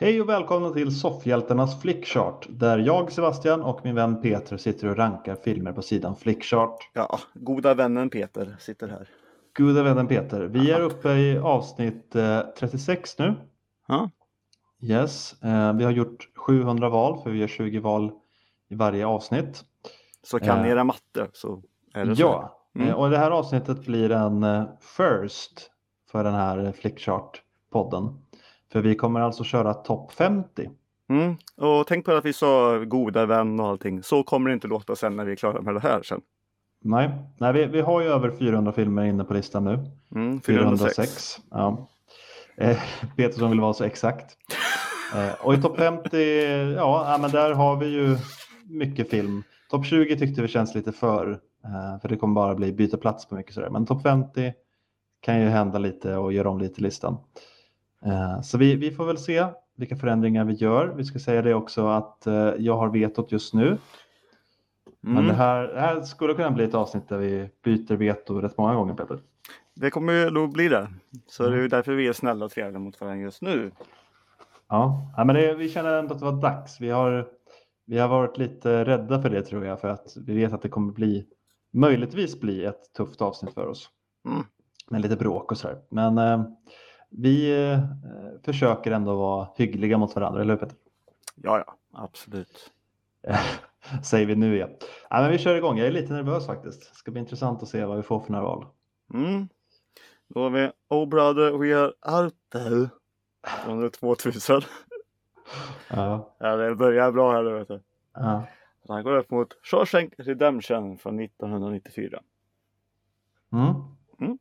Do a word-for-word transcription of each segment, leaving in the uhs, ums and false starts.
Hej och välkomna till Soffhjältarnas Flickchart, där jag, Sebastian och min vän Peter sitter och rankar filmer på sidan Flickchart. Ja, goda vännen Peter sitter här. Goda vännen Peter, vi Aha. är uppe i avsnitt eh, trettiosex nu. Ja. Yes, eh, vi har gjort sjuhundra val, för vi gör tjugo val i varje avsnitt. Så kan ni Eh, era matte så är det så. Ja, Mm. eh, och det här avsnittet blir en eh, first för den här Flickchart-podden. För vi kommer alltså köra topp femtio. Mm. Och tänk på att vi sa goda vän och allting. Så kommer det inte låta sen när vi är klara med det här sen. Nej, Nej vi, vi har ju över fyrahundra filmer inne på listan nu. Mm, fyrahundrasex. Ja. Eh, Peter som vill vara så exakt. Eh, och i topp femtio, ja men där har vi ju mycket film. Topp tjugo tyckte vi känns lite för. Eh, för det kommer bara bli byta plats på mycket sådär. Men topp femtio kan ju hända lite och göra om lite listan. Eh, så vi, vi får väl se vilka förändringar vi gör. Vi ska säga det också att eh, jag har vetot just nu. Mm. Men det här, det här skulle kunna bli ett avsnitt där vi byter veto rätt många gånger, Peter. Det kommer ju nog bli det. Så Mm. det är ju därför vi är snälla och trevliga mot varandra just nu. Ja, ja men det, vi känner ändå att det var dags. Vi har, vi har varit lite rädda för det, tror jag. För att vi vet att det kommer bli, möjligtvis bli ett tufft avsnitt för oss. Mm. Med lite bråk och sådär. Men eh, vi eh, försöker ändå vara hyggliga mot varandra, eller hur Peter? Ja, ja, absolut. Säger vi nu, ja. Ja, men vi kör igång. Jag är lite nervös faktiskt. Det ska bli intressant att se vad vi får för några val. Mm. Då har vi Oh brother, we are out there. Från tvåtusen. Ja. Ja, det börjar bra här, vet du. Ja. Han går upp mot Shawshank Redemption från nittonhundranittiofyra. Mm. Mm.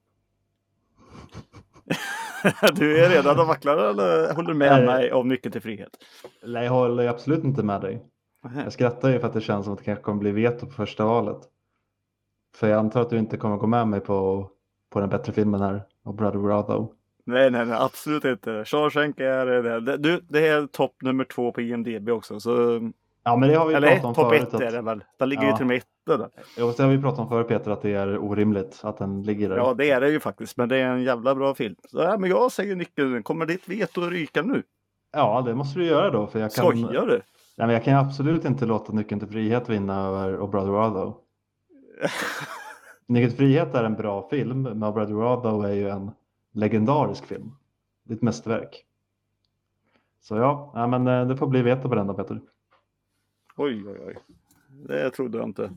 Du är redan och vacklar eller håller du med Nej. mig om Nyckeln till frihet? Nej, jag håller absolut inte med dig. Jag skrattar ju för att det känns som att det kanske kommer bli veto på första valet. För jag antar att du inte kommer gå med mig på, på den bättre filmen här. Och Brother Brother. Nej, nej, nej, absolut inte. Shawshank är det. det du, det är topp nummer två på I M D B också. Så... Ja, men det har vi Eller pratat om topp förut. ett Att... är det väl. Den ligger Ja. ju till och med etta där. Jo, det har vi pratat om förut, Peter, att det är orimligt att den ligger där. Ja, det är det ju faktiskt. Men det är en jävla bra film. Så, ja, men jag säger Nyckeln. Kommer ditt veto att ryka nu? Ja, det måste du göra då. För jag kan... Skojar du? Nej, men jag kan absolut inte låta Nyckeln till frihet vinna över Och Brother Brother. Nyckeln till frihet är en bra film, men Brother Brother är ju en legendarisk film. Det är ett mästerverk. Så ja, ja men det får bli veto på den då, Peter. Oj, oj, oj. Det trodde jag inte.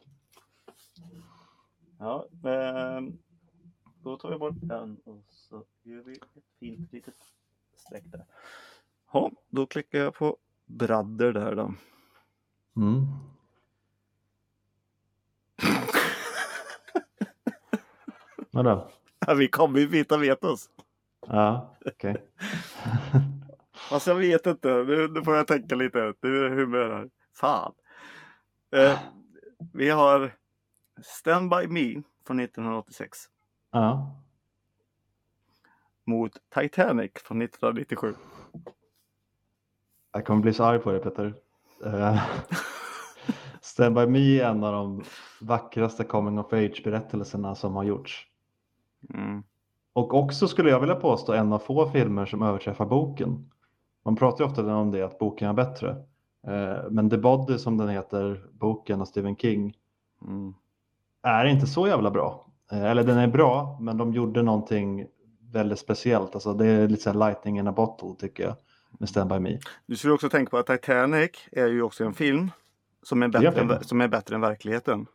Ja, men då tar vi bort den och så gör vi ett fint litet streck där. Ja, då klickar jag på Brother där då. Mm. Vadå? Ja, vi kommer ju vita vetos. Ja, okej. Okay. Alltså jag vet inte, nu, nu får jag tänka lite. Nu är det humör här. Fan. Eh, vi har Stand By Me från nittonhundraåttiosex. Ja. Mot Titanic från nittonhundranittiosju. Jag kommer bli så arg på det, Peter. Uh, Stand By Me är en av de vackraste coming of age-berättelserna som har gjorts. Mm. Och också skulle jag vilja påstå en av få filmer som överträffar boken. Man pratar ju ofta om det, att boken är bättre. Uh, men The Body, som den heter, boken av Stephen King, Mm. är inte så jävla bra. Uh, eller den är bra, men de gjorde någonting väldigt speciellt. Alltså det är lite så här lightning in a bottle, tycker jag, med Stand By Me. Du skulle också tänka på att Titanic är ju också en film som är bättre, än, som är bättre än verkligheten.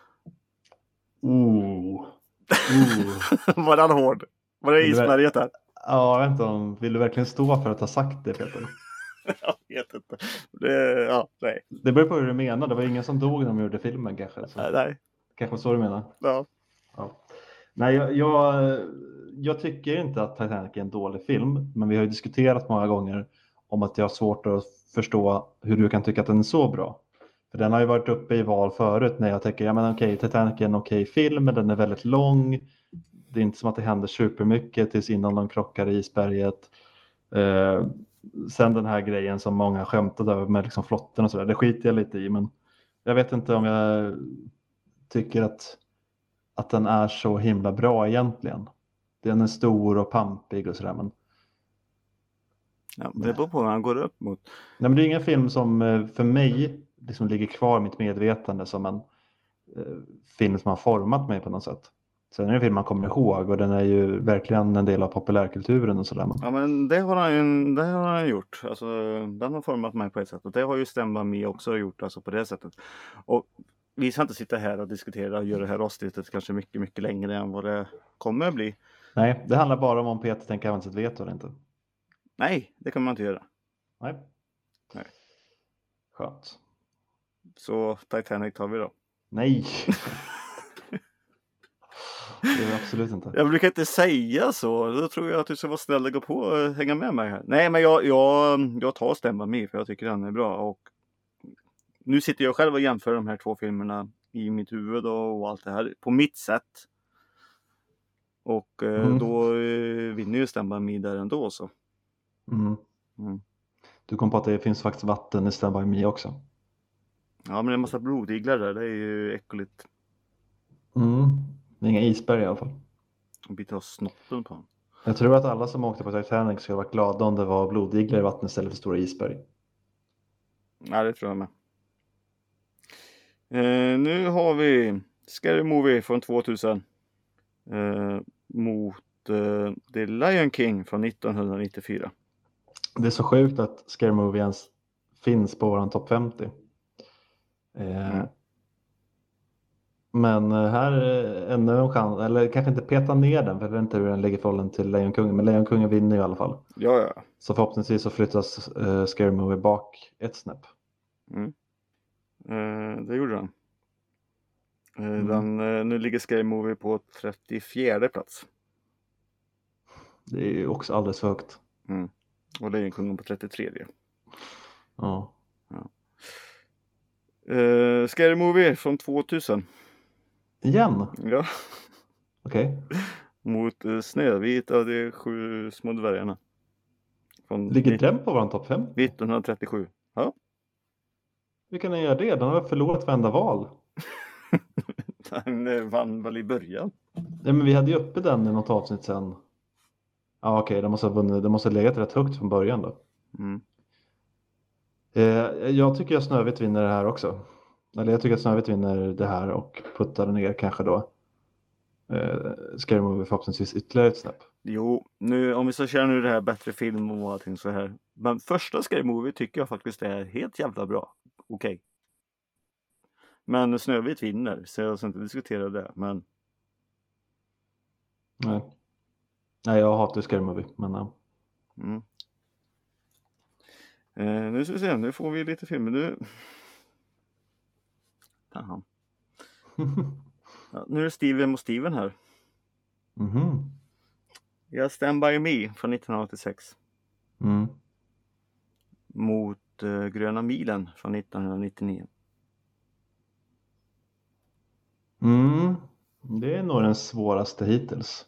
Ooh. Ooh. Var den hård? Var det isberget där? Ja, jag vet inte om... Vill du verkligen stå för att ha sagt det, Peter? Jag vet inte. Det, ja, nej. Det beror på hur du menar. Det var ingen som dog när de gjorde filmen, kanske. Så. Nej, nej. Kanske så du menar? Ja. Ja. Nej, jag, jag, jag tycker inte att Titanic är en dålig film. Men vi har ju diskuterat många gånger om att jag har svårt att förstå hur du kan tycka att den är så bra. För den har ju varit uppe i val förut när jag tänker, ja men okej, Titanic är en okej film, men den är väldigt lång. Det är inte som att det händer supermycket tills innan de krockar i isberget. Eh, sen den här grejen som många skämtade över med liksom flotten och sådär, det skiter jag lite i, men jag vet inte om jag tycker att, att den är så himla bra egentligen. Den är stor och pampig och sådär, men Ja, det beror på vad han går upp mot. Nej, men det är ingen film som eh, för mig liksom ligger kvar i mitt medvetande som en eh, film som har format mig på något sätt. Sen är det en film man kommer ihåg och den är ju verkligen en del av populärkulturen och sådär. Ja, men det har han ju det har han gjort. Alltså, den har format mig på ett sätt. Och det har ju Stämma Me också gjort, alltså på det sättet. Och vi ska inte sitta här och diskutera och göra det här avsnittet kanske mycket, mycket längre än vad det kommer att bli. Nej, det handlar bara om om Peter tänker använda sitt veto eller inte. Nej, det kan man inte göra. Nej. Nej. Skönt. Så Titanic tar vi då. Nej. Det är det absolut inte. Jag brukar inte säga så. Då tror jag att du ska vara snäll och gå på och hänga med mig här. Nej, men jag, jag, jag tar Stämma Me för jag tycker den är bra. Och nu sitter jag själv och jämför de här två filmerna i mitt huvud och allt det här på mitt sätt. Och eh, Mm. då eh, vinner ju Stämma Me där ändå så. Mm. Mm. Du kom på att det finns faktiskt vatten i Stand By Me också. Ja, men det är en massa blodiglar där. Det är ju äckligt. Mm. Det är inga isberg i alla fall. Och bita av snoppen på honom. Jag tror att alla som åkte på Titanic skulle vara glada om det var blodiglar i vattnet istället för stora isberg. Ja, det tror jag med. Eh, nu har vi Scary Movie från tvåtusen. Eh, mot eh, The Lion King från nittonhundranittiofyra. Det är så sjukt att Scary Movie ens finns på våran topp femtio. Eh, Mm. Men eh, här är ännu en chans, eller kanske inte peta ner den för jag vet inte hur den ligger i förhållande till Lejonkungen, men Lejonkungen vinner i alla fall. Ja, ja. Så förhoppningsvis så flyttas eh, Scary Movie bak ett snäpp. Mm. Eh, det gjorde den. Eh, Mm. den eh, nu ligger Scary Movie på trettiofjärde plats. Det är ju också alldeles för högt. Mm. Och Lejonkungen på trettiotre. Ja. Eh, Scary Movie från tvåtusen. Igen? Ja. Okej. Mot eh, Snövit av de sju små dvärgarna. Från Ligger nitt- den på våran topp fem? nittonhundratrettiosju. Ja. Hur kan den göra det? Den har väl förlorat varenda val? Den eh, vann väl i början. Nej, men vi hade ju uppe den i något avsnitt sen. Ja, okej, den måste ha vunnit. Den måste ha legat rätt högt från början då. Mm. Eh, jag tycker att Snövit vinner det här också. Eller jag tycker att Snövit vinner det här och puttar ner kanske då eh, Scary Movie förhoppningsvis ytterligare ett snäpp. Jo, nu, om vi så kör nu det här bättre film och allting så här. Men första Scary Movie tycker jag faktiskt är helt jävla bra. Okej. Men Snövit vinner, så jag ska inte diskutera det. Men Nej. Nej, jag hatar Scary Movie, men ja. mm. eh, nu ska vi se, nu får vi lite filmer. Nu, Aha. Ja, nu är det Steven och Steven här. Mhm. Vi har Stand By Me från nittonhundraåttiosex. Mm. Mot eh, Gröna milen från nittonhundranittionio. Mm. Det är nog den svåraste hittills.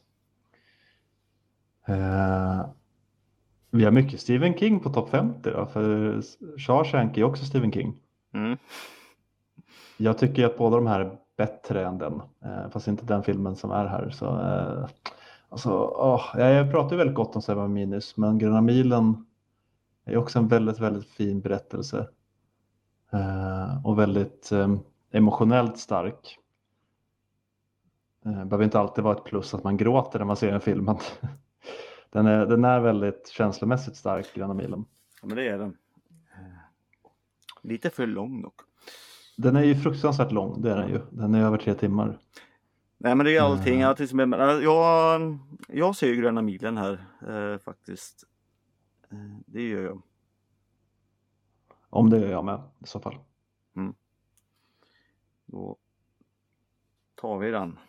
Eh, vi har mycket Stephen King på topp femtio då, för Shawshank är också Stephen King. Mm. Jag tycker att båda de här är bättre än den, eh, fast inte den filmen som är här. Så, eh, alltså, åh, jag pratar ju väldigt gott om Seven Minus, men Gröna milen är också en väldigt, väldigt fin berättelse. Eh, och väldigt eh, emotionellt stark. Det eh, behöver inte alltid vara ett plus att man gråter när man ser en film. Men den, är, den är väldigt känslomässigt stark, Gröna milen. Ja, men det är den. Lite för lång dock. Den är ju fruktansvärt lång, det är den ju. Den är över tre timmar. Nej, men det är allting. Mm. allting som är, jag, jag ser ju Gröna milen här eh, faktiskt. Eh, det gör jag. Om det gör jag med i så fall. Mm. Då tar vi den.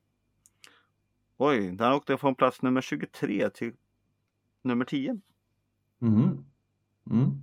Oj, den åkte från plats nummer tjugotre till nummer tio. Mm. Mm.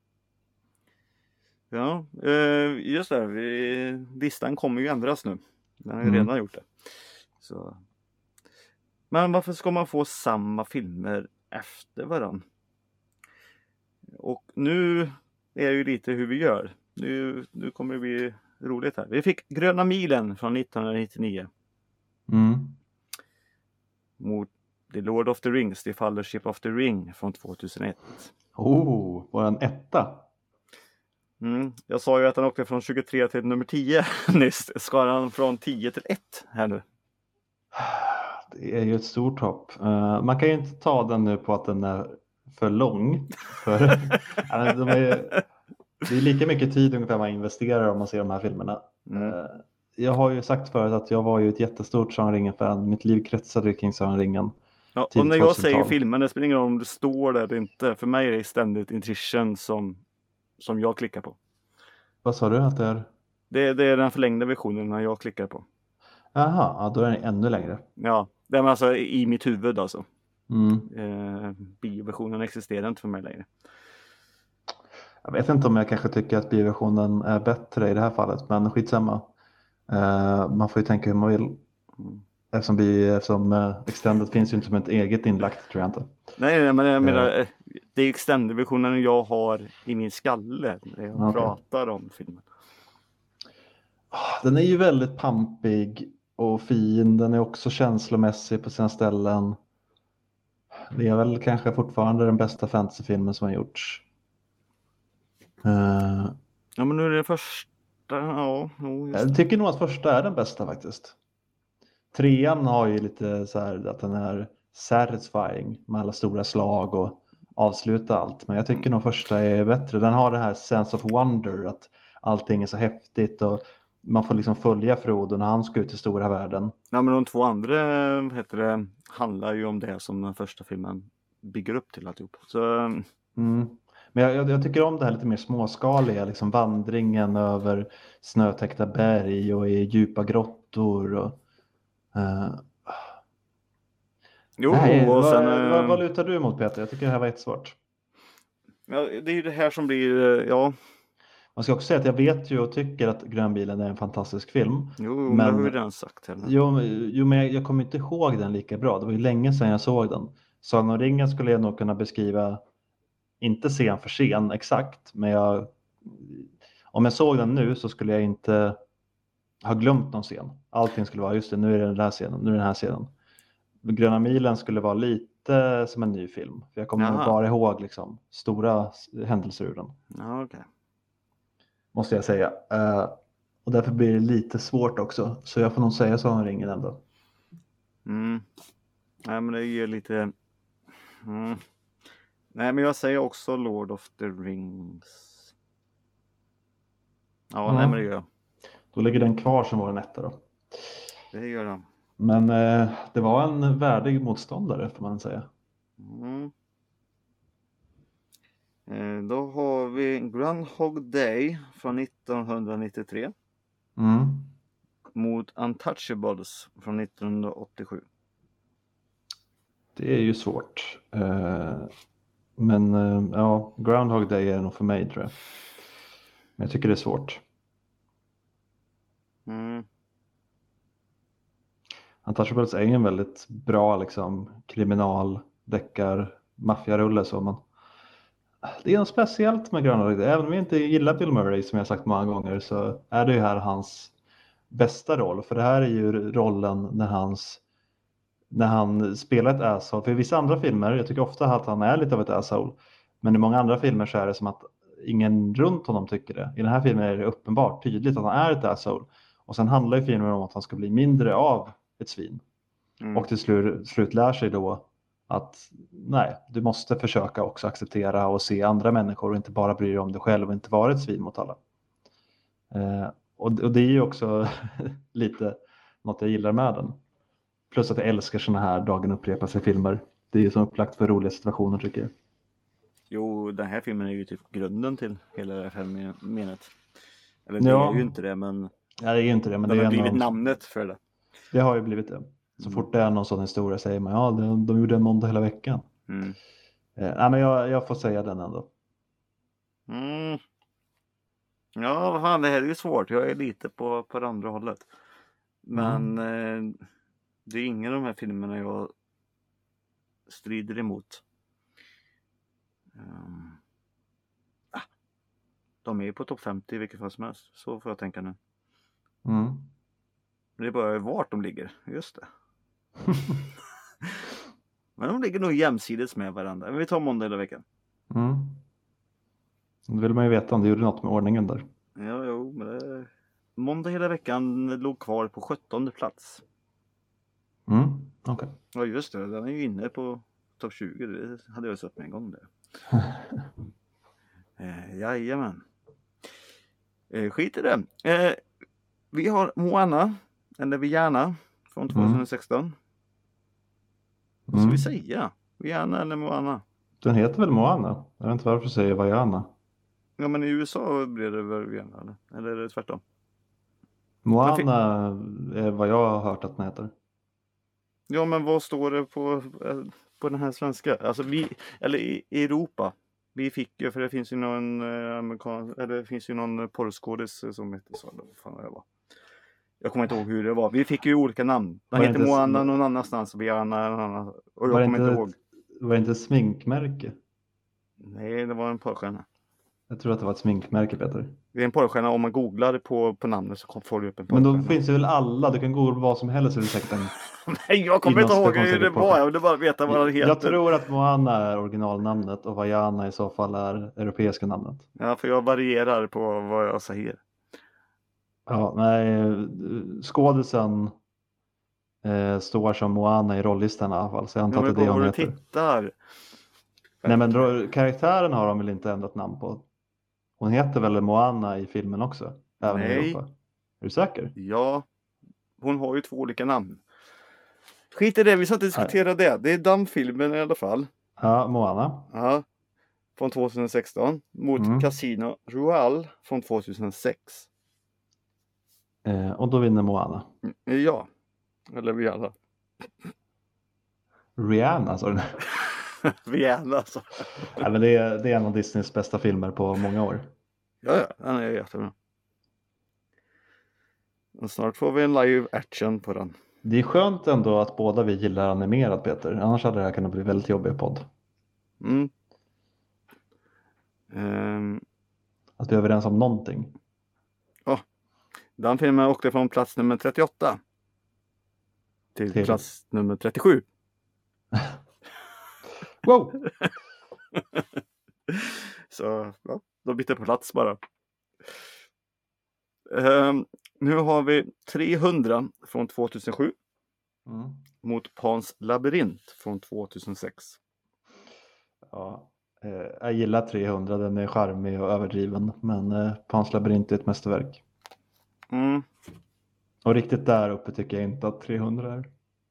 Ja, eh, just det. Vi, listan kommer ju ändras nu. Den har ju Mm. redan gjort det. Så. Men varför ska man få samma filmer efter varann? Och nu är det ju lite hur vi gör. Nu, nu kommer det bli roligt här. Vi fick Gröna milen från nittonhundranittionio. Mm. Mot Det är Lord of the Rings, det är Fellowship of the Ring från tvåtusenett. Oh, var en etta? Mm. Jag sa ju att han åkte från tjugotre till nummer tio nyss. Ska han från tio till ett här nu? Det är ju ett stort hopp. Uh, man kan ju inte ta den nu på att den är för lång. För, de är, det är lika mycket tid ungefär man investerar om man ser de här filmerna. Mm. Uh, jag har ju sagt förut att jag var ju ett jättestort Sagan om ringen-fan. Mitt liv kretsade kring Sagan om ringen. Ja, och när jag säger filmen, det spelar ingen roll om det står där eller inte. För mig är det ständigt Intuition som, som jag klickar på. Vad sa du att det är? Det, det är den förlängda versionen när jag klickar på. Jaha, ja, då är den ännu längre. Ja, det är alltså i mitt huvud alltså. Mm. Eh, bioversionen existerar inte för mig längre. Jag vet inte om jag kanske tycker att bioversionen är bättre i det här fallet, men skitsamma. Uh, man får ju tänka hur man vill. Mm. Eftersom, bi, eftersom uh, Extended finns ju inte som ett eget inlagt, tror jag inte. Nej, nej men jag menar, uh. det är Extended-versionen jag har i min skalle när jag okay. pratar om filmen. Den är ju väldigt pampig och fin. Den är också känslomässig på sina ställen. Det är väl kanske fortfarande den bästa fantasyfilmen som har gjorts. Uh, ja, men nu är det första. Ja, jag tycker nog att första är den bästa faktiskt. Trean har ju lite så här att den är satisfying med alla stora slag och avsluta allt. Men jag tycker nog första är bättre. Den har det här sense of wonder, att allting är så häftigt och man får liksom följa Frodo när han ska ut i stora världen. Ja, men de två andra heter det, handlar ju om det som den första filmen bygger upp till alltihop. Så... Mm. Men jag, jag tycker om det här lite mer småskaliga, liksom vandringen över snötäckta berg och i djupa grottor. Och, uh... Jo, Nej, och vad, sen... vad, vad lutar du emot, Peter? Jag tycker det här var jättesvårt. Ja, det är ju det här som blir, ja... Man ska också säga att jag vet ju och tycker att Grönbilen är en fantastisk film. Jo, men det har vi redan sagt. Heller. Jo, jo, men jag, jag kommer inte ihåg den lika bra. Det var ju länge sedan jag såg den. Sagan om ringen skulle jag nog kunna beskriva, inte scen för scen exakt, men jag, om jag såg den nu så skulle jag inte ha glömt någon scen. Allting skulle vara, just det, nu är det den här scenen, nu är det den här scenen. Gröna milen skulle vara lite som en ny film. För jag kommer Jaha. bara ihåg liksom, stora händelser ur den. Ja, okay. Måste jag säga. Uh, och därför blir det lite svårt också. Så jag får nog säga Sagan om ringen ändå. Mm. Nej, men det ger lite... Mm. Nej, men jag säger också Lord of the Rings. Ja, mm. nej, men det gör jag. Då ligger den kvar som var en etta då. Det gör den. Men eh, det var en värdig motståndare, får man säga. Mm. Eh, då har vi Groundhog Day från nittonhundranittiotre. Mm. Mot Untouchables från nittonhundraåttiosju. Det är ju svårt. Eh, men eh, ja, Groundhog Day är nog för mig, tror jag. Men jag tycker det är svårt. Mm. Untouchables är en väldigt bra liksom, kriminal, deckar, maffiarulle. Så man... Det är något speciellt med Groundhog Day. Även om jag inte gillar Bill Murray, som jag sagt många gånger, så är det ju här hans bästa roll. För det här är ju rollen när hans när han spelar ett asshole. För i vissa andra filmer, jag tycker ofta att han är lite av ett asshole. Men i många andra filmer så är det som att ingen runt honom tycker det. I den här filmen är det uppenbart tydligt att han är ett asshole. Och sen handlar ju filmen om att han ska bli mindre av ett svin. Mm. Och till slut, slut lär sig då att nej, du måste försöka också acceptera och se andra människor och inte bara bry dig om dig själv och inte vara ett svin mot alla. Eh, och, och det är ju också lite något jag gillar med den. Plus att jag älskar såna här dagen upprepar sig filmer. Det är ju som upplagt för roliga situationer, tycker jag. Jo, den här filmen är ju typ grunden till hela det här fenomenet. Eller det ja. är ju inte det, men... Ja, det är ju inte det, men det har blivit någon... namnet för det. Det har ju blivit det. Så mm. fort det är någon sån historia säger man, ja, de, de gjorde en måndag hela veckan. Mm. Eh, nej, men jag, jag får säga den ändå. Mm. Ja, vad fan, det här är ju svårt. Jag är lite på, på det andra hållet. Men mm. eh, det är ingen av de här filmerna jag strider emot. Um, ah, de är på topp femtio i vilket fall som helst. Så får jag tänka nu. Mm. Det är bara vart de ligger. Just det. Men de ligger nog jämsides med varandra. Men vi tar måndag hela veckan. Mm. Då vill man ju veta om det gjorde något med ordningen där. Ja, jo, men det... Måndag hela veckan låg kvar på sjuttonde plats. Mm. Okej. Okay. Ja, just det. Den är ju inne på topp tjugo. Det hade jag sett med en gång där. eh, jajamän. Eh, skit i det. Eh, vi har Moana. Eller Vaiana. Från tjugohundrasexton. Mm. Vad ska vi säga? Vaiana eller Moana? Den heter väl Moana? Jag vet inte varför du säger Vaiana. Ja, men i U S A blir det väl Vaiana, eller? Eller är det tvärtom? Moana är vad jag har hört att den heter. Ja, men vad står det på, på den här svenska? Alltså vi, eller i Europa. Vi fick ju, för det finns ju någon eh, amerikan, eller det finns ju någon porrskådis som heter så. Vad fan det var. Jag kommer inte ihåg hur det var. Vi fick ju olika namn. Den heter inte, Moana någon annanstans och Vaiana någon annan. Och jag kommer inte, inte ihåg. Det var inte sminkmärke? Nej, det var en porrstjärna. Jag tror att det var ett sminkmärke, Peter. Det är en porrstjärna. Om man googlar på, på namnet så får du upp en porrstjärna. Men då finns det väl alla. Du kan googla vad som helst så är det säkert en... Nej, jag kommer inte ihåg hur det var. Jag vill bara veta vad det heter. Jag tror att Moana är originalnamnet och Vaiana i så fall är europeiska namnet. Ja, för jag varierar på vad jag säger. Ja, nej. Skådisen eh, står som Moana i rolllistan i alla fall. Så jag antar ja, att det är det hon heter. Tittar. Nej, men då, karaktären har de väl inte ändrat namn på. Hon heter väl Moana i filmen också? Även Nej. i Europa. Är du säker? Ja. Hon har ju två olika namn. Skit i det, vi ska inte diskutera Nej. det. Det är dammfilmen i alla fall. Ja, Moana. Ja. Från tjugohundrasexton. Mot mm. Casino Royale från tjugohundrasex. Eh, och då vinner Moana. Ja. Eller vi alla. Rihanna, sa du? Rihanna, alltså. Ja, men det, är, det är en av Disneys bästa filmer på många år. Ja, ja. Den är jättebra. Och snart får vi en live action på den. Det är skönt ändå att båda vi gillar animerad, Peter. Annars hade det här kunnat bli väldigt jobbig podd. Mm. Um. Att vi är överens om någonting. Ja. Oh. Den filmen åkte från plats nummer trettioåtta. Till, till. plats nummer trettiosju. Wow! Så ja, då bytte jag på plats bara. Um, nu har vi trehundra från tvåtusensju. Mm. Mot Pans labyrint från tvåtusensex. Ja, eh, jag gillar trehundra. Den är charmig och överdriven. Men eh, Pans labyrint är ett mästerverk. Mm. Och riktigt där uppe tycker jag inte att trehundra är.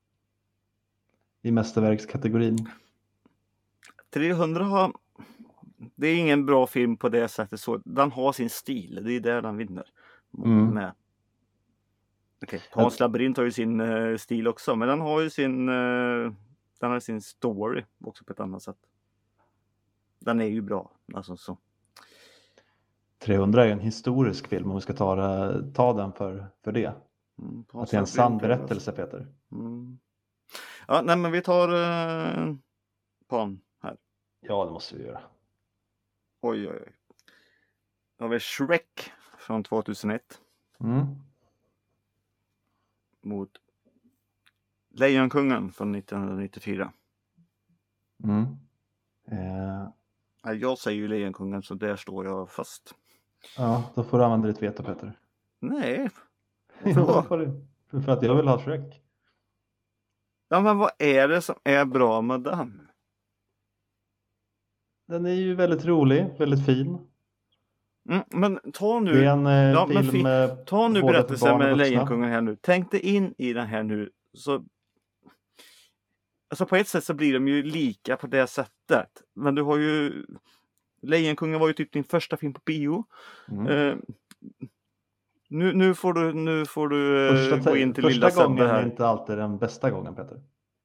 I mästerverkskategorin. trehundra har... Det är ingen bra film på det sättet. Så den har sin stil. Det är där den vinner. Mm. Med. Okej, okay. Pans labyrint har ju sin uh, stil också. Men den har ju sin... Uh, den har sin story också på ett annat sätt. Den är ju bra. Alltså så. trehundra är en historisk film. Om vi ska ta, ta den för, för det. Mm, att det är en sann berättelse, alltså. Peter. Mm. Ja, nej men vi tar uh, Pan här. Ja, det måste vi göra. Oj, oj, oj. Då har vi Shrek från tvåtusenett. Mm. Mot Lejonkungen från nittonhundranittiofyra. Mm. Eh. Jag säger ju Lejonkungen, så där står jag fast. Ja, då får du använda ditt veto, Peter. Nej. Ja, för, det. för att jag vill ha Shrek. Ja, men vad är det som är bra med den? Den är ju väldigt rolig, väldigt fin. Mm, men ta nu, det är en eh, ja, film fi, med ta nu berättelsen med Lejonkungen här nu. Tänk dig in i den här nu. Så, alltså på ett sätt så blir de ju lika på det sättet. Men du har ju... Lejonkungen var ju typ din första film på bio. Mm. Eh, nu, nu får du, nu får du första, gå in till första lilla Sebbe här. Första gången är inte alltid den bästa gången, Peter.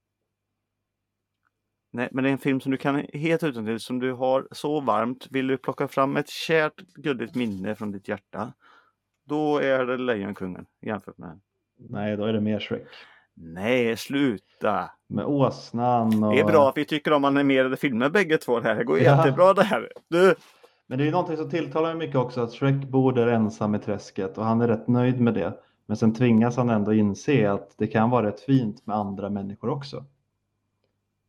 Nej, men det är en film som du kan helt utan till, som du har så varmt. Vill du plocka fram ett kärt gulligt minne från ditt hjärta, då är det Lejonkungen jämfört med. Nej, då är det mer Shrek. Nej, sluta. Med åsnan och... Det är bra att vi tycker om animerade filmer bägge två här. Det går ja. jättebra det här. Du... Men det är ju någonting som tilltalar mig mycket också, att Shrek bor där ensam i träsket och han är rätt nöjd med det. Men sen tvingas han ändå inse att det kan vara rätt fint med andra människor också.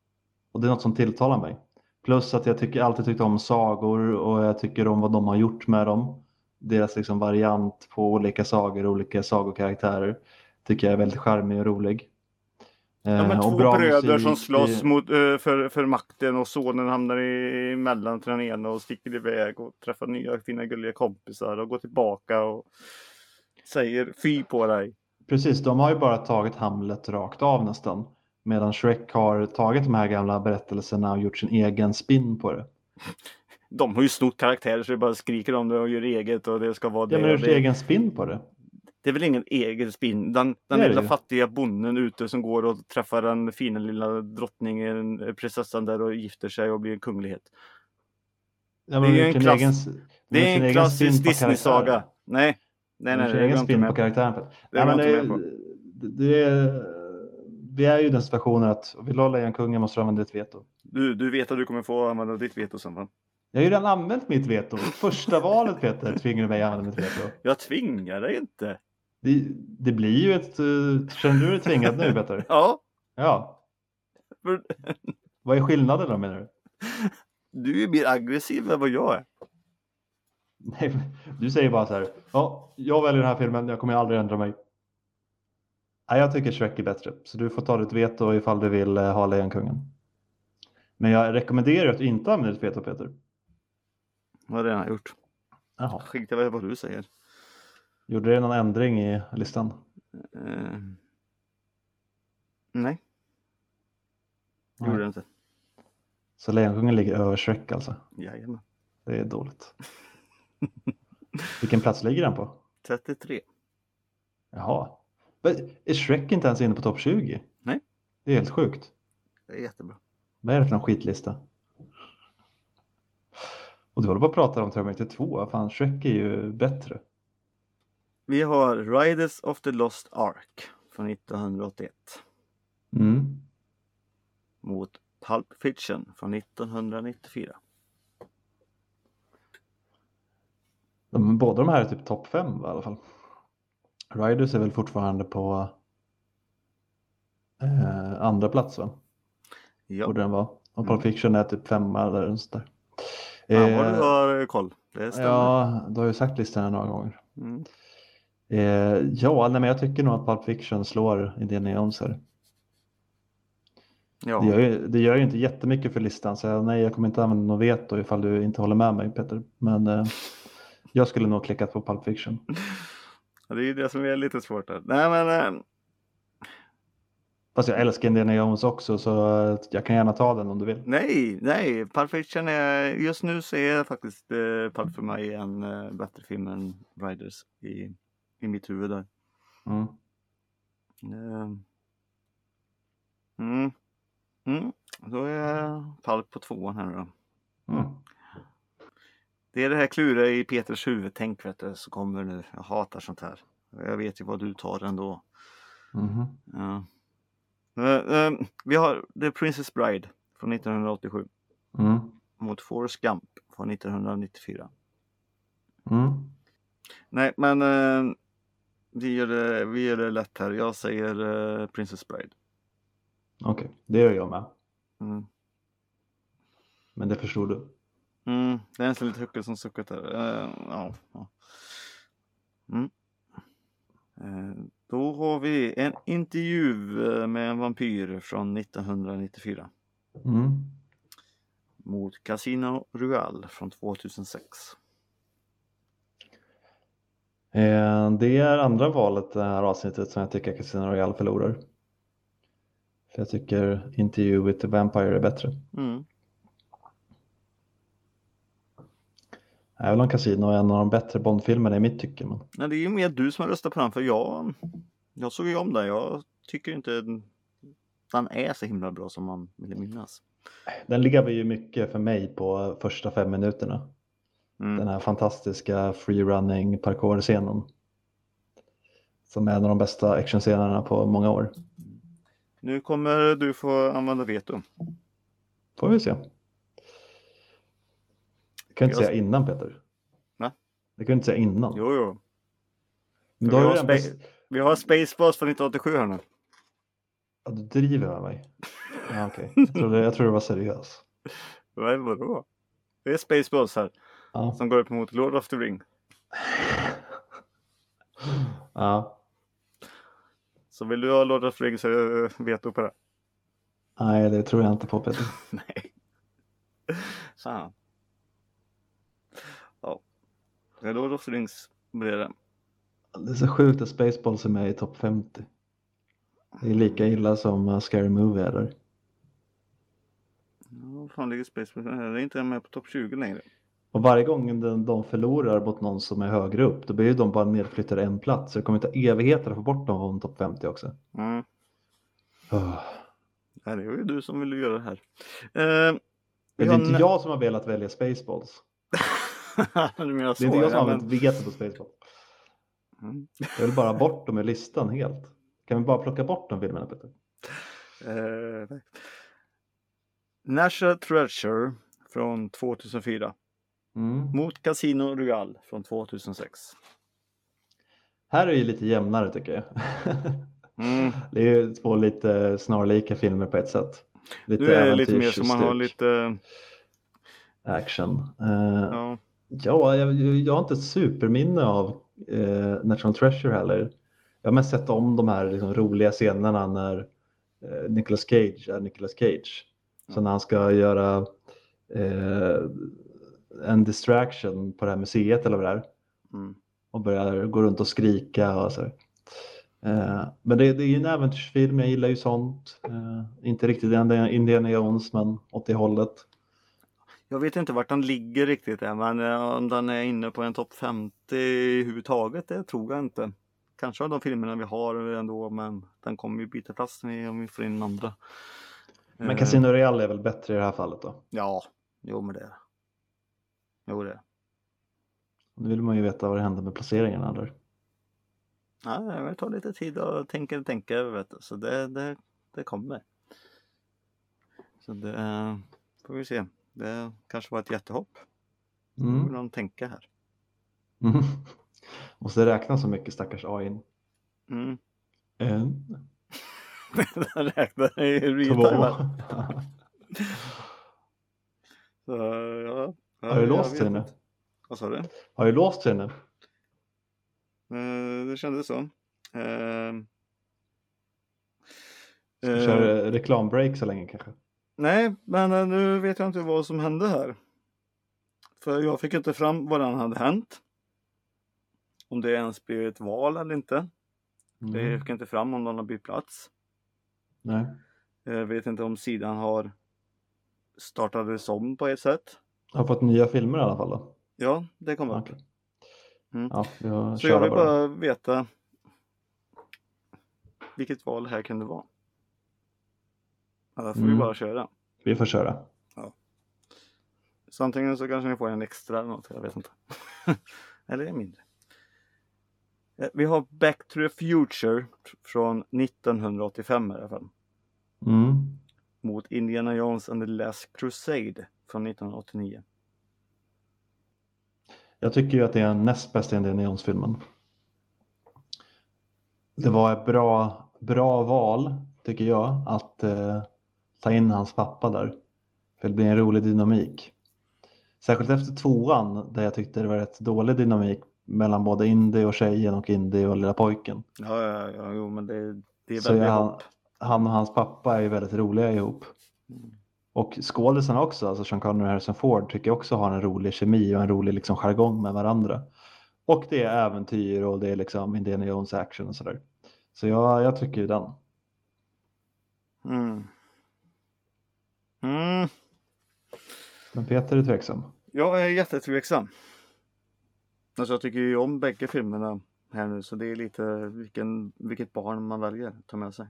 Och det är något som tilltalar mig. Plus att jag tycker, alltid tyckt om sagor och jag tycker om vad de har gjort med dem. Deras liksom variant på olika sagor, olika sagokaraktärer. Tycker jag är väldigt charmig och rolig. Ja, men Eh, och två bra bröder musik, som slåss det- mot, eh, för, för makten och sonen hamnar i- emellan till den ena och sticker iväg och träffar nya fina gulliga kompisar och går tillbaka och säger fy på dig. Precis, de har ju bara tagit Hamlet rakt av nästan. Medan Shrek har tagit de här gamla berättelserna och gjort sin egen spin på det. De har ju snott karaktärer så det bara skriker om det och gör eget och det ska vara det. Ja, men och gjort sin det, egen spin på det. det är väl ingen egen spin. Den, Det den är det lilla ju. fattiga bonden ute som går och träffar den fina lilla drottningen, eh, prinsessan där och gifter sig och blir en kunglighet. Ja, Det är men ju gjort en sin klass- egen, Det gjort är sin en egen klassisk spin på Disney-saga. karaktären. Nej, nej, nej, Gjort sin det går egen jag inte spin med på på. karaktären. Det Nej, går men jag det, inte med det, det är, vi är ju i den situationen att vill du ha Lejonkungen måste du använda ditt veto. Du, du vet att du kommer få använda ditt veto sen, va? Jag har ju redan använt mitt veto. Första valet, Peter, tvingar mig att använda mitt veto. Jag tvingar dig inte. Det, det blir ju ett... uh, Känner du dig tvingad nu, Peter? Ja, Ja. för Vad är skillnaden då, menar du? du är mer aggressiv än vad jag är. Nej, du säger bara så här. Ja, jag väljer den här filmen. Jag kommer aldrig ändra mig. Nej, jag tycker Shrek är bättre. Så du får ta ditt veto ifall du vill uh, ha Lejonkungen. Men jag rekommenderar att du inte använder ditt veto, Peter. Vad har jag redan gjort? Jaha. Skit i vad du säger. Gjorde det någon ändring i listan? Eh, nej, det Nej. gjorde jag inte. Så Lejonkungen ligger över Shrek alltså. Jajamän. Det är dåligt. Vilken plats ligger den på? trettiotre. Jaha. Men är Shrek inte ens inne på topp tjugo? Nej. Det är helt sjukt. Det är jättebra. Vad är det för en skitlista? Och du håller på att prata om Terminator två. Fan, Shrek är ju bättre. Vi har Riders of the Lost Ark från nittonhundraåttioett Mm. mot Pulp Fiction från nittonhundranittiofyra. De, båda de här är typ topp fem i alla fall. Riders är väl fortfarande på eh, andra plats, va? Ja, Borde den vara. Och Pulp Fiction är typ femma eller något sånt där. ja vad Eh, du har koll. Det stämmer. ja, du har ju sagt listan här några gånger. Mm. Eh, ja, nej, men jag tycker nog att Pulp Fiction slår Indiana Jones här. Ja. Det, gör ju, det gör ju inte jättemycket för listan, så jag, nej, jag kommer inte använda något veto ifall du inte håller med mig, Peter. Men eh, jag skulle nog klickat på Pulp Fiction. Ja, det är ju det som är lite svårt där. Nej, men eh, Fast jag älskar Indiana Jones också, så eh, jag kan gärna ta den om du vill. nej, nej. Pulp Fiction är, just nu så är faktiskt eh, Pulp för mig en eh, bättre film än Riders i, i mitt huvud där. Mm. Eh, mm. Mm. Då är Pulp på tvåan här då. Mm. Det är det här klura i Peters huvudtänk, vet du, så kommer nu. Jag hatar sånt här. Jag vet ju vad du tar ändå. Mhm. Ja. Eh, eh, vi har The Princess Bride från nittonhundraåttiosju Mm. mot Forrest Gump från nittonhundranittiofyra. Mm. Nej, men eh, vi, gör det, vi gör det lätt här. Jag säger eh, Princess Bride. Okej, det gör jag med. Mm. Men det förstår du. Mm, det är en sån lite huckel som suckat där. Uh, ja, ja. Mm. Uh, då har vi en intervju med en vampyr från nittonhundranittiofyra Mm. mot Casino Royale från tvåtusensex. Eh, det är andra valet det här avsnittet som jag tycker Casino Royale förlorar. För jag tycker Interview with the Vampire är bättre. Mm. Även om Casino är en av de bättre Bond-filmerna i mitt tycke. Men... Nej, det är ju mer du som har röstat på den, för jag, jag såg ju om den. Jag tycker inte den är så himla bra som man vill minnas. Den ligger ju mycket för mig på första fem minuterna. Mm. Den här fantastiska free-running parkour-scenen. Som är en av de bästa actionscenerna på många år. Nu kommer du få använda veto. Får vi se. Det kan du inte Jag- säga innan, Peter. Va? Det kan du inte säga innan. Jo, jo. Men Vi då har har, du, den spa- bäst... vi har Spaceballs från nittonhundraåttiosju här nu. ja, du driver med mig. Ja, okej. Jag trodde, jag trodde det var seriös. Vad vadå? Det är Spaceballs här. Ja. Som går upp mot Lord of the Ring. Ja. Så vill du ha Lord of the Ring så vet du på det. Nej, det tror jag inte på, Peter. Nej. Fan. Ja. Det är Lord of the Rings blir det. Det är så sjukt att Spaceballs är med i topp femtio. Det är lika illa som uh, Scary Movie är där. Ja, vad fan ligger Spaceballs? Det är inte med på topp tjugo längre. Och varje gång de, de förlorar mot någon som är högre upp, då blir ju de bara nedflyttade en plats. Så det kommer ta evigheter att få bort dem från topp femtio också. Mm. Oh. Ja, det är ju du som vill göra det här. Eh, Men det är inte jag som har velat välja Spaceballs. du menar så, det är inte jag som ja, har men... använt veto på Spaceballs. Mm. Jag vill bara bort dem i listan helt. Kan vi bara plocka bort de filmerna, Peter? Eh, nej. National Treasure från tvåtusenfyra. Mm. Mot Casino Royale från tvåtusensex. Här är ju lite jämnare tycker jag. Mm. Det är ju två lite snarlika filmer på ett sätt. Lite Nu är det lite mer som man har äventyrsstuk, lite... action. Uh, Ja. ja, jag, jag har inte ett superminne av uh, National Treasure heller. Jag har mest sett om de här liksom, roliga scenerna när uh, Nicolas Cage är Nicolas Cage. Så Mm. när han ska göra uh, en distraction på det här museet eller vad det är. Mm. Och börjar gå runt och skrika och så. Uh, men det, det är ju en äventyrsfilm, jag gillar ju sånt. Uh, inte riktigt Indiana Jones, men åt det hållet. Jag vet inte vart den ligger riktigt än, men om den är inne på en topp femtio överhuvudtaget, det tror jag inte. Kanske av de filmerna vi har ändå, men den kommer ju byta plats om vi får in andra. Men Casino Royale är väl bättre i det här fallet då? Ja, jo men det är Jo det är Nu vill man ju veta vad det händer med placeringarna där. Ja, det tar lite tid att tänka och tänka, vet du. Så det, det, det kommer. Så det får vi se. Det kanske var ett jättehopp. Mm. Nu vill de tänka här. Mm. Måste räkna så mycket stackars A I. Mm. En. Den räknar i Två. real. Så, ja. Har du låst sig nu? Vad sa du? Har du låst sig nu? Uh, det kändes så. Uh, Ska vi köra reklambreak så länge kanske? Nej, men nu vet jag inte vad som hände här. För jag fick inte fram vad den hade hänt. Om det ens blev ett val eller inte. Mm. Det fick inte fram om de har bytt plats. Nej. Jag vet inte om sidan har startades om på ett sätt. Har fått nya filmer i alla fall då? Ja, det kommer upp. Okay. Mm. Ja, jag Så jag vill bara. bara veta vilket val här kan det vara. Ja, då får mm. vi bara köra. Vi får köra. Ja. Så antingen så kanske ni får en extra eller något, jag vet inte. Eller mindre. Vi har Back to the Future från nittonhundraåttiofem i alla fall. Mm. Mot Indiana Jones and the Last Crusade från nittonhundraåttionio. Jag tycker ju att det är den näst bästa Indiana Jones-filmen. Det var ett bra, bra val, tycker jag, att eh, ta in hans pappa där. För det blir en rolig dynamik. Särskilt efter tvåan, där jag tyckte det var rätt dålig dynamik mellan både Indy och tjejen och Indy och lilla pojken. Ja, ja, ja jo, men det, det är så väldigt jag, ihop. Han och hans pappa är ju väldigt roliga ihop. Mm. Och skådisarna också, alltså Sean Connery och Harrison Ford, tycker jag också har en rolig kemi och en rolig liksom jargong med varandra. Och det är äventyr och det är liksom Indiana Jones action och sådär. Så jag, jag tycker ju den. Mm. Mm. Men Peter är tveksam. Jag är jättetveksam. Alltså jag tycker ju om bägge filmerna här nu, så det är lite vilken, vilket barn man väljer att ta med sig.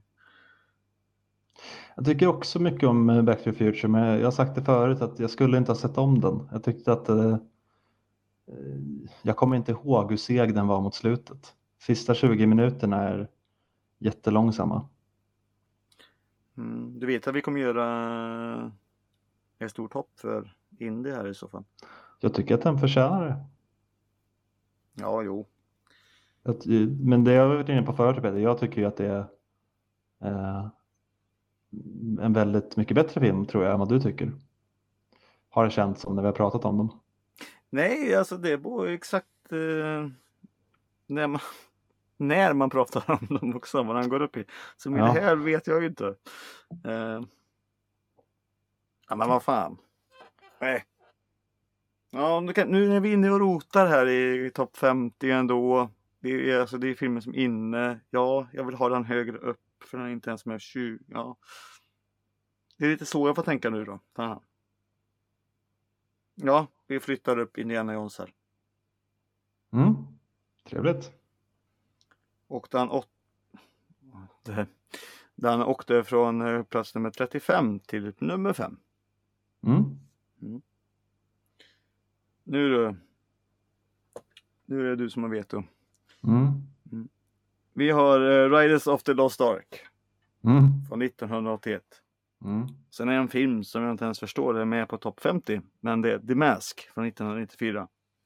Jag tycker också mycket om Back to the Future, men jag har sagt det förut att jag skulle inte ha sett om den. Jag tyckte att eh, jag kommer inte ihåg hur seg den var mot slutet. Sista tjugo minuterna är jättelångsamma. Mm, du vet att vi kommer göra ett stort hopp för Indy här i så fall. Jag tycker att den förtjänar det. Ja, jo. Att, men det jag har varit inne på förut, Peter, jag tycker ju att det är eh, en väldigt mycket bättre film tror jag än vad du tycker. Har det känts som när vi har pratat om dem. Nej, alltså det beror ju exakt eh, när, man, när man pratar om dem också, vad han går upp i. Så med Ja. det här vet jag ju inte. Eh, ja, men vad fan. Nej. Ja, nu, kan, nu är vi inne och rotar här i, i topp femtio ändå. Det är, alltså, det är filmen som är inne. Ja, jag vill ha den högre upp. För den är inte ens med tjugo. Ja. Det är lite så jag får tänka nu då. Fan. Ja, vi flyttar upp Indiana Jones här. Mm. Trevligt. Och den, åt... den åkte från plats nummer trettiofem till nummer fem. Mm. Mm. Nu då. Nu är det du som har veto. Mm. Mm. Vi har uh, Riders of the Lost Ark. Mm. Från nittonhundraåttioett. Mm. Sen är en film som jag inte ens förstår är med på topp femtio. Men det är The Mask från nittonhundranittiofyra.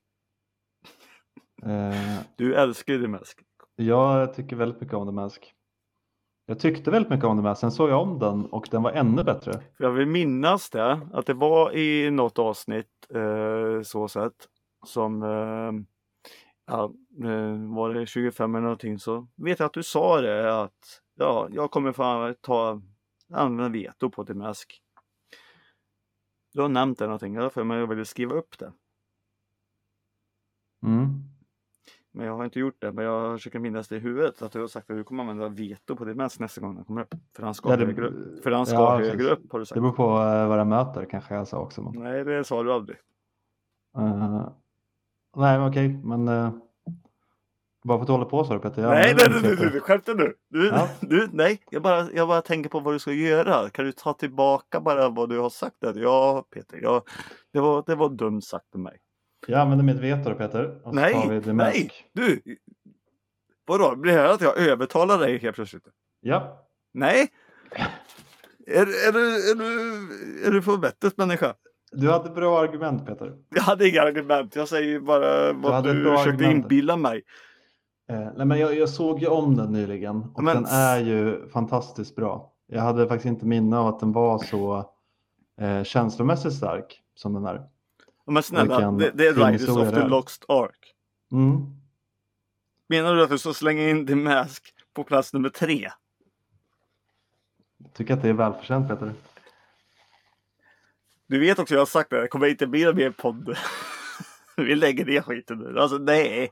Eh, Du älskar The Mask. jag tycker väldigt mycket om The Mask. Jag tyckte väldigt mycket om The Mask. Sen såg jag om den och den var ännu bättre. För jag vill minnas det. Att det var i något avsnitt eh, så sett. Som eh, ja, eh, var det tjugofem eller någonting. Så vet jag att du sa det. Att ja, jag kommer fan ta använda veto på The Mask. Du har nämnt det någonting. Därför men jag ville skriva upp det. Mm. Men jag har inte gjort det. Men jag försöker minnas det i huvudet. Att du har sagt att du kommer använda veto på The Mask nästa gång han kommer upp. För han ska Ja, det- högre upp. För han ska ja, högre precis. upp har du sagt. Det beror på eh, vad jag möter kanske jag sa också. Men, Nej, det sa du aldrig. eh, nej men okej. Men eh, bara för att du håller på så Peter. Jag Nej, nej, använder nej, inte nej, det. nej, skämtar nu. Du, Ja. du, nej, jag bara, jag bara tänker på vad du ska göra. Kan du ta tillbaka bara vad du har sagt? Där? Ja, Peter, jag, det, var, det var dumt sagt för mig. Jag använder mitt veto då, Peter. Och så Nej, tar vi The nej, Mask. du. Vadå, blir det här att jag övertalar dig helt plötsligt? Ja. Nej. Är, är, du, är, du, är du för vettigt människa? Du hade bra argument Peter. Jag hade inga argument. Jag säger bara vad hade du bra försökte argument. inbilla mig. Eh, nej, men jag, jag såg ju om den nyligen och Men- den är ju fantastiskt bra. Jag hade faktiskt inte minne av att den var så eh, känslomässigt stark som den är. Men snälla, Vilken det, det är Riders filmhistoria of det the är. Lost Ark. Mm. Menar du att du ska slänga in The Mask på plats nummer tre? Jag tycker att det är välförtjänt Peter. Du vet också, jag har sagt det, det kommer inte bli mer podd. Vi lägger ner skiten nu. Alltså nej.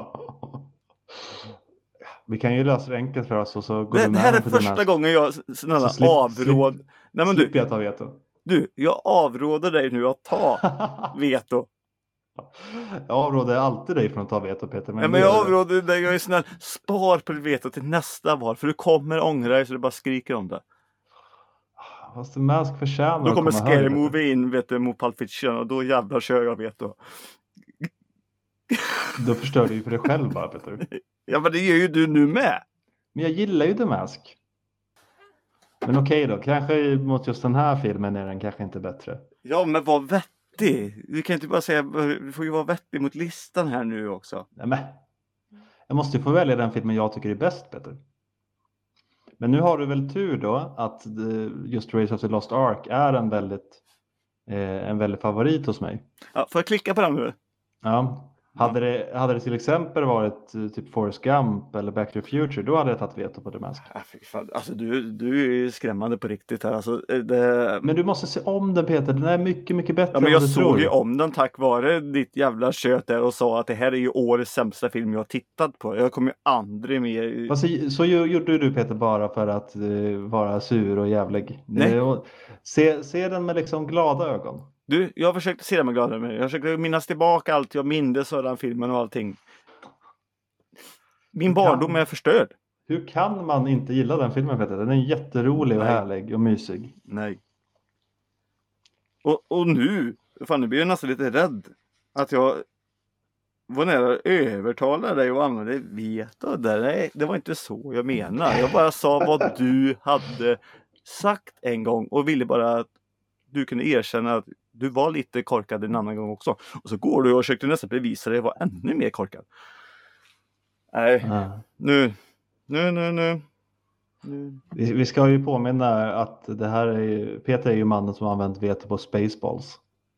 Vi kan ju lösa det enkelt för oss och så går Det, vi det med här är på The första Mask. gången jag snälla Så slip- avråd. slip- Nej men Slipper du, jag ta veto. du, jag avråder dig nu att ta veto. Jag avråder alltid dig från att ta veto Peter. Nej men nu jag gör du det. avråder dig, jag är snäll. Spar på ditt veto till nästa val. För du kommer ångra dig så du bara skriker om det. Fast The Mask förtjänar Då att kommer komma Scary högre, Peter. Movie in vet du, mot Pulp Fiction. Och då jävlar kör jag veto. Då förstör du ju för dig själv bara Peter. Ja men det gör ju du nu med. Men jag gillar ju The Mask. Men okej då, kanske mot just den här filmen är den kanske inte bättre. Ja men var vettig. Du kan inte bara säga, du får ju vara vettig mot listan här nu också. Nej, men jag måste ju få välja den filmen jag tycker är bäst Peter. Men nu har du väl tur då att the, just Race of the Lost Ark är en väldigt, eh, en väldigt favorit hos mig. Ja, får jag klicka på den nu? Ja. Hade, det, hade det till exempel varit eh, typ Forrest Gump eller Back to the Future, då hade jag tagit veto på The Mask. Ja, fy fan. Alltså du, du är ju skrämmande på riktigt här. Alltså, det... Men du måste se om den Peter, den är mycket mycket bättre Ja, men än jag vad du såg tror. ju om den tack vare ditt jävla kött där och sa att det här är ju årets sämsta film jag har tittat på. Jag kommer ju aldrig mer... Fast så, så gjorde du Peter bara för att eh, vara sur och jävlig. Nej. Eh, och se, se den med liksom glada ögon. Du, jag försökte se det med glada med. Jag försökte minnas tillbaka allt jag mindes av den filmen och allting. Min barndom är förstörd. Hur kan man inte gilla den filmen Peter? Den är jätterolig och Nej. härlig och mysig. Nej. Och, och nu, fan nu blir jag nästan lite rädd. Att jag var nära att övertala dig och använda veto. Nej, det var inte så jag menar. Jag bara sa vad du hade sagt en gång och ville bara att du kunde erkänna att du var lite korkad en annan gång också. Och så går du och försökte nästan bevisa dig var ännu mer korkad. Nej, Ja. nu, nu, nu, nu. Nu. Vi, vi ska ju påminna att det här är ju, Peter är ju mannen som har använt veto på Spaceballs.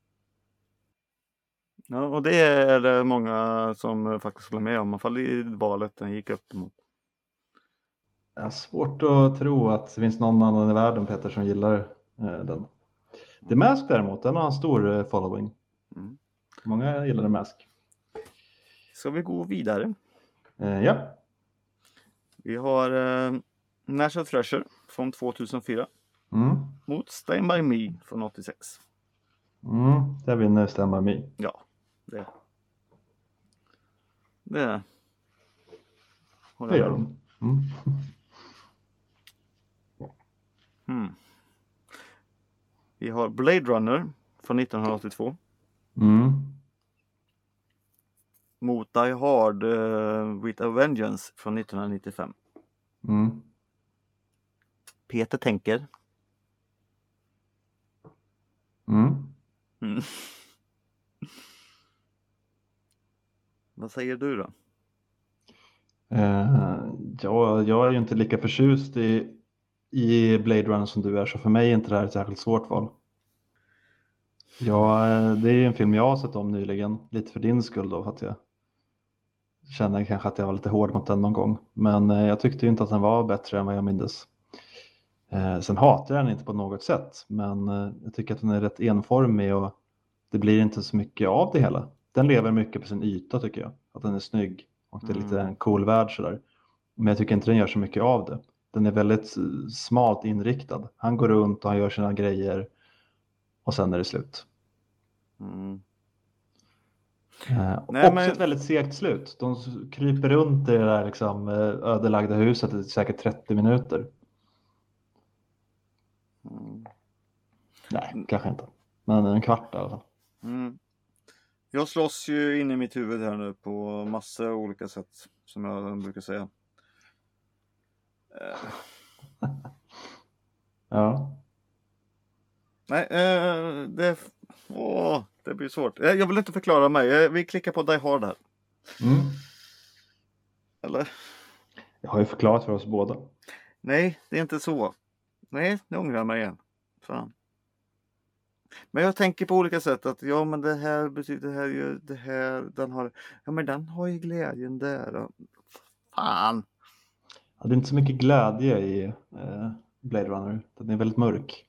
Ja, och det är det många som faktiskt håller med om. I alla fall i valet den gick upp mot. Jag har svårt att tro att det finns någon annan i världen, Peter, som gillar eh, den. The Mask däremot, den har en stor eh, following. Mm. Många gillar The Mask. Ska vi gå vidare? Eh, ja. Vi har eh, National Treasure från tvåtusenfyra Mm. mot Stand By Me från åttiosex. Mm. Där vinner Stand By Me. Ja, det. Det. Det gör de. Mm. Mm. Vi har Blade Runner från nittonhundraåttiotvå. Mm. Mot Die Hard uh, with a Vengeance från nittonhundranittiofem. Mm. Peter tänker. Mm. Mm. Vad säger du då? Eh, ja, jag är ju inte lika förtjust i, i Blade Runner som du är, så för mig är inte det här ett särskilt svårt val. Ja, eh, det är ju en film jag har sett om nyligen, lite för din skull då, för att jag känner kanske att jag var lite hård mot den någon gång. Men eh, jag tyckte ju inte att den var bättre än vad jag mindes. Eh, sen hatar jag den inte på något sätt, men eh, jag tycker att den är rätt enformig och det blir inte så mycket av det hela. Den lever mycket på sin yta tycker jag, att den är snygg och det är lite Mm. en cool värld sådär. Men jag tycker inte den gör så mycket av det. Den är väldigt eh, smalt inriktad. Han går runt och han gör sina grejer och sen är det slut. Mm. Eh, Nej, också men- ett väldigt segt slut. De s- kryper runt i det där liksom, eh, ödelagda huset i säkert trettio minuter. Mm. Nej, kanske inte. Men en kvart i alla fall. Mm. Jag slåss ju in i mitt huvud här nu på massa olika sätt, som jag brukar säga. Eh, Ja. nej, eh, det, åh, det blir svårt. Eh, Jag vill inte förklara mig. Eh, Vi klickar på Die Hard här. Mm. Eller? Jag har ju förklarat för oss båda. Nej, det är inte så. Nej, nu ångrar jag mig igen. Fan. Men jag tänker på olika sätt att ja, men det här betyder det här ju det här, den har, ja men den har ju glädjen där. Och, fan. Ja, det är inte så mycket glädje i eh, Blade Runner. Den är väldigt mörk.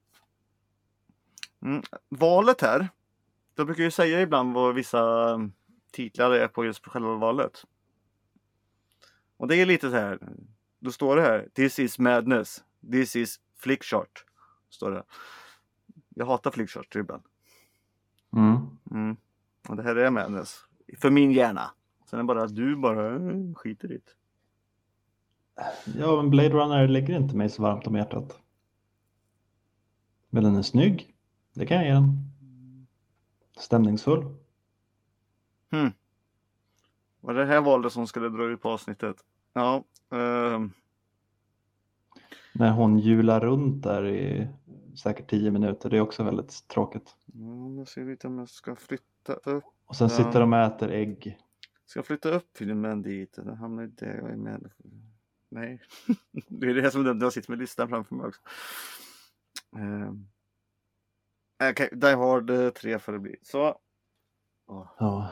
Mm. Valet här. Jag brukar ju säga ibland vad vissa mm, titlar är på just på själva valet. Och det är lite så här. Då står det här. This is madness. This is flickshot. Står det. Jag hatar flickshot ibland. Mm. Mm. Och det här är madness. För min hjärna. Sen är det bara att du bara äh, skiter i det. Ja, men Blade Runner lägger inte mig så varmt om hjärtat. Men den är snygg. Det kan jag ge den. Stämningsfull. Hmm. Var det här valet som skulle dra ut på avsnittet? Ja. ehm, När hon hjular runt där i säkert tio minuter. Det är också väldigt tråkigt. ja, jag ser lite om jag ska flytta upp. Och sen Ja. sitter de och äter ägg. Ska jag flytta upp filmen dit? Den hamnar ju där jag är med. Nej. Det är det här som jag sitter med listan framför mig också. Um, Okej, okay, Die Hard eh, tre får det bli. Så. Åh, Ja.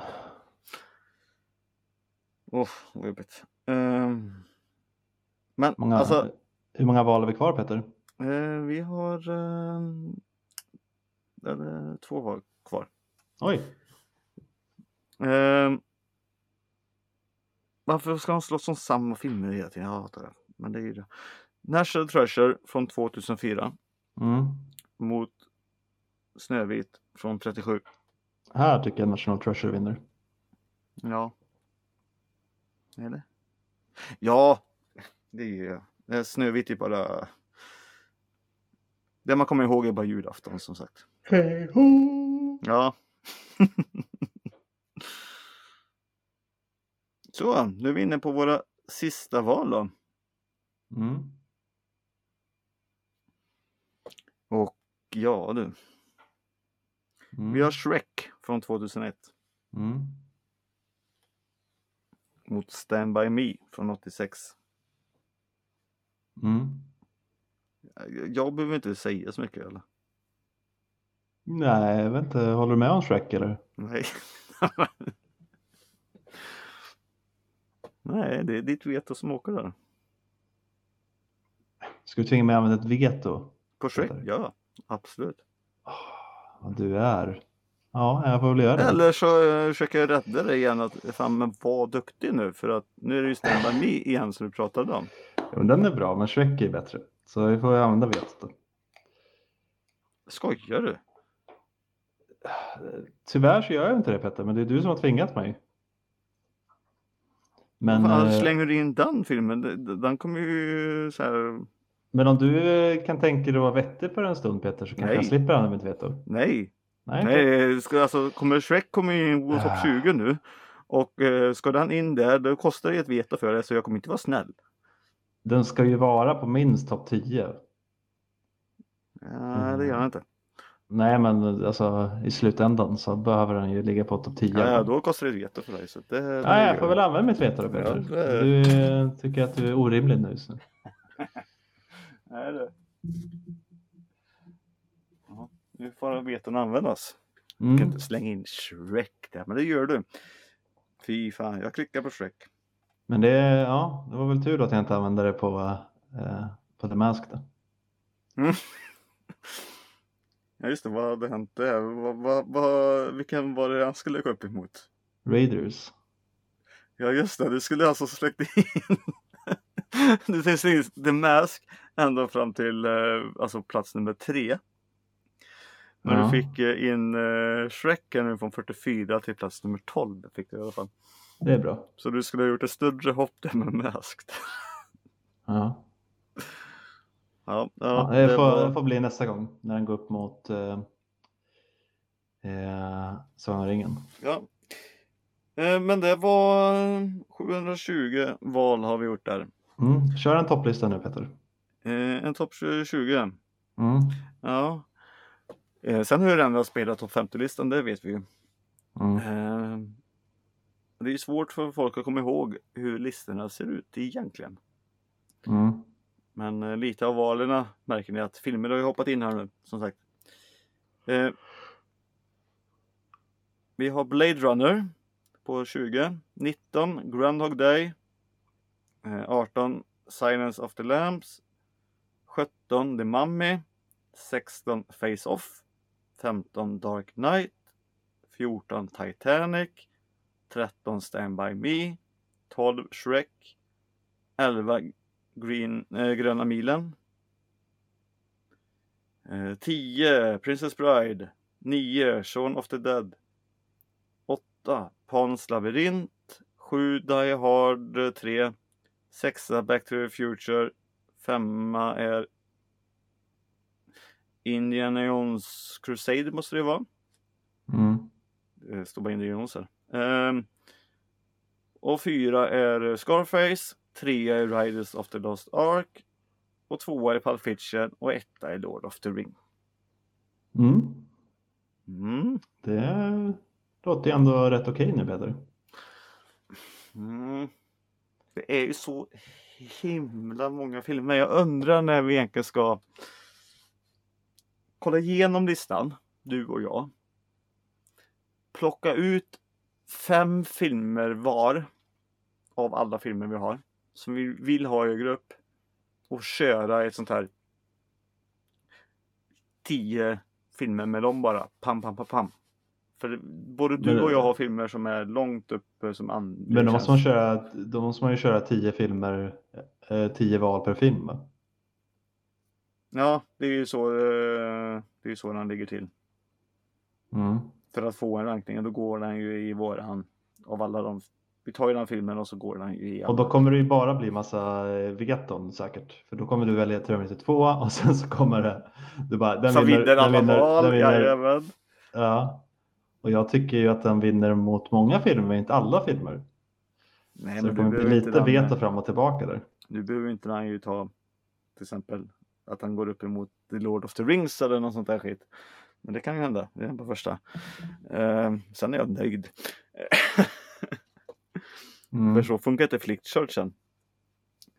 oh, vad jobbigt. Um, men Många, alltså. hur många val har vi kvar, Peter? Eh, vi har um, eller, två val kvar. Oj. Um, varför ska han slåss som samma filmer hela tiden? Jag hatar det. Men det är ju det. National Treasure från tvåtusenfyra Mm. mot Snövit från trettiosju. Här tycker jag National Treasure vinner. Ja. Eller? Ja, det är ju. Snövit är bara. Det man kommer ihåg är bara julafton som sagt. Hej ho! Ja. Så, nu är vi inne på våra sista val då. Mm. Och ja du. Mm. Vi har Shrek från tvåtusenett. Mm. Mot Stand By Me från åttiosex. Mm. Jag behöver inte säga så mycket eller? Nej, jag vet inte. Håller du med om Shrek eller? Nej. Nej, det är ditt veto som åker där. Ska du tvinga mig att använda ett veto? På Shrek? Peter? Ja, absolut. Vad du är. Ja, jag får väl göra det. Eller så eh, försöker jag rädda dig igen att fan, men var duktig nu, för att nu är det ju Stand By Me igen som du pratade om. Ja, men den är bra, men Shrek är bättre. Så vi får använda vetot då. Skojar du? Tyvärr så gör jag inte det, Petter, men det är du som har tvingat mig. Men, Men, eh, slänger du in den filmen? Den den kommer ju så här. men om du eh, kan tänka dig att vara vettig för en stund, Peter, så kanske Nej. jag slipper använda mitt veto. Nej. Nej, Nej, ska, alltså, kommer Shrek kommer ju in på topp tjugo nu. Och eh, ska den in där, då kostar det ett veto för det, så jag kommer inte vara snäll. Den ska ju vara på minst topp tio. Ja, det gör den inte. Nej, men alltså i slutändan så behöver den ju ligga på topp tio. Ja, ja, då kostar det ett veto för dig. Så det, det Nej, jag gör får väl använda mitt veto då, Peter. Ja, det- Du eh, tycker att du är orimlig nu. Så. Nej, det. Ja, nu får veton användas. Jag kan Mm. inte slänga in Shrek där, men det gör du. Fy fan, jag klickar på Shrek. Men det, ja, det var väl tur då att jag inte använde det på, eh, på The Mask då. Mm. Ja, just det, vad hade hänt där? Vad, vad, vad, vilken var det han skulle gå upp emot? Raiders. Ja, just det, du skulle alltså släckt in. Du tänkte slänga in The Mask ända fram till eh, alltså plats nummer tre. Men Ja. du fick eh, in eh, Shrek nu från fyrtiofyra till plats nummer tolv. Fick du i alla fall. Det är bra. Så du skulle ha gjort ett större hopp där med Masked. Ja. Ja, Ja, ja, det, det får, var... det får bli nästa gång när den går upp mot eh, eh, Sagan om ringen. Ja. Eh, men det var sjuhundratjugo val har vi gjort där. Mm. Kör en topplista nu, Peter. Eh, en topp tjugo. Mm. Ja. Eh, sen hur den har spelat topp femtio-listan, det vet vi ju. Mm. Eh, det är svårt för folk att komma ihåg hur listorna ser ut egentligen. Mm. Men eh, lite av valen märker ni att filmer har ju hoppat in här nu, som sagt. Eh, vi har Blade Runner på tjugo. nitton Groundhog Day. Eh, arton Silence of the Lambs. sjutton The Mummy. sexton Face Off. femton Dark Knight. fjorton Titanic. tretton Stand By Me. tolv Shrek. elva Green, eh, Gröna milen. Eh, tio Princess Bride. nio Shaun of the Dead. åtta Pans labyrint. sju Die Hard tre. sex Back to the Future. fem är Indiana Jones Crusade måste det vara. Mm. Det står bara Indiana Jones här. Um, och fyra är Scarface. tre är Riders of the Lost Ark. Och två är Pulp Fiction. Och etta är Lord of the Ring. Mm. Mm. Det låter ju ändå rätt okej nu, Peter. Mm. Det är ju så himla många filmer. Jag undrar när vi egentligen ska kolla igenom listan, du och jag. Plocka ut fem filmer var av alla filmer vi har som vi vill ha i grupp och köra ett sånt här tio filmer med dem bara. Pam, pam, pam, pam. För både du Men- och jag har filmer som är långt uppe som an- det Men då måste, man känns- köra, då måste man ju köra tio filmer, eh, tio val per film. Va? Ja, det är ju så eh, det är ju så den ligger till. Mm. För att få en rankning, då går den ju i våran av alla de. Vi tar ju den filmen och så går den ju i Och alla. då kommer det ju bara bli massa eh, veton säkert. För då kommer du välja Terminator två och sen så kommer det. Du bara, den Så vinner alla den val, den vinner, jajamän. ja. Och jag tycker ju att den vinner mot många filmer, men inte alla filmer. Nej, Så men det du kommer bli behöver inte lite den, veto fram och tillbaka där. Nu behöver inte den ju ta till exempel att han går upp emot The Lord of the Rings eller något sånt där skit. Men det kan ju hända, det är den på första. Eh, sen är jag nöjd. Mm. För så funkar inte Flickchurchen.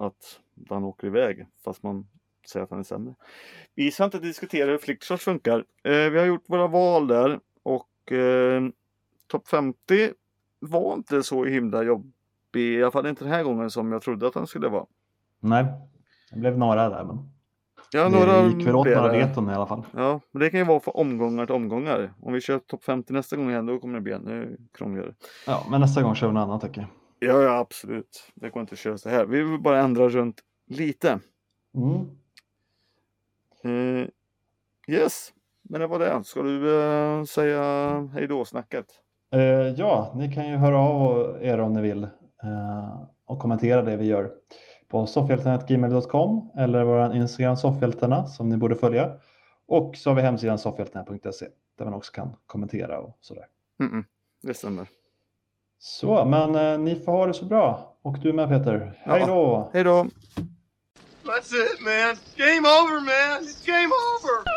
att han åker iväg fast man säger att han är sämre. Vi ska inte diskutera hur Flickchart funkar. Eh, vi har gjort våra val där och eh, topp femtio var inte så himla jobbig, i alla fall inte den här gången som jag trodde att han skulle vara. Nej, det blev några där, men Ja, det några gick väl åt blev några det. veton i alla fall. Ja, men det kan ju vara för omgångar till omgångar. Om vi kör topp femtio nästa gång igen, då kommer det bli ännu krångligare. Ja, men nästa gång kör vi något annat, tycker jag. Ja, ja, absolut. Det går inte att köra så här. Vi vill bara ändra runt lite. Mm. Eh, yes, men det var det. Ska du eh, säga hej då snacket? Eh, ja, ni kan ju höra av er om ni vill eh, och kommentera det vi gör på soffhjältarna snabel-a gmail punkt com eller vår Instagram soffhjältarna som ni borde följa. Och så har vi hemsidan soffhjältarna punkt se där man också kan kommentera och sådär. Mm-mm, det stämmer. Så, men eh, ni får ha det så bra. Och du med, Peter. Hej då! Hej då! That's it, man. Game over, man. It's game over.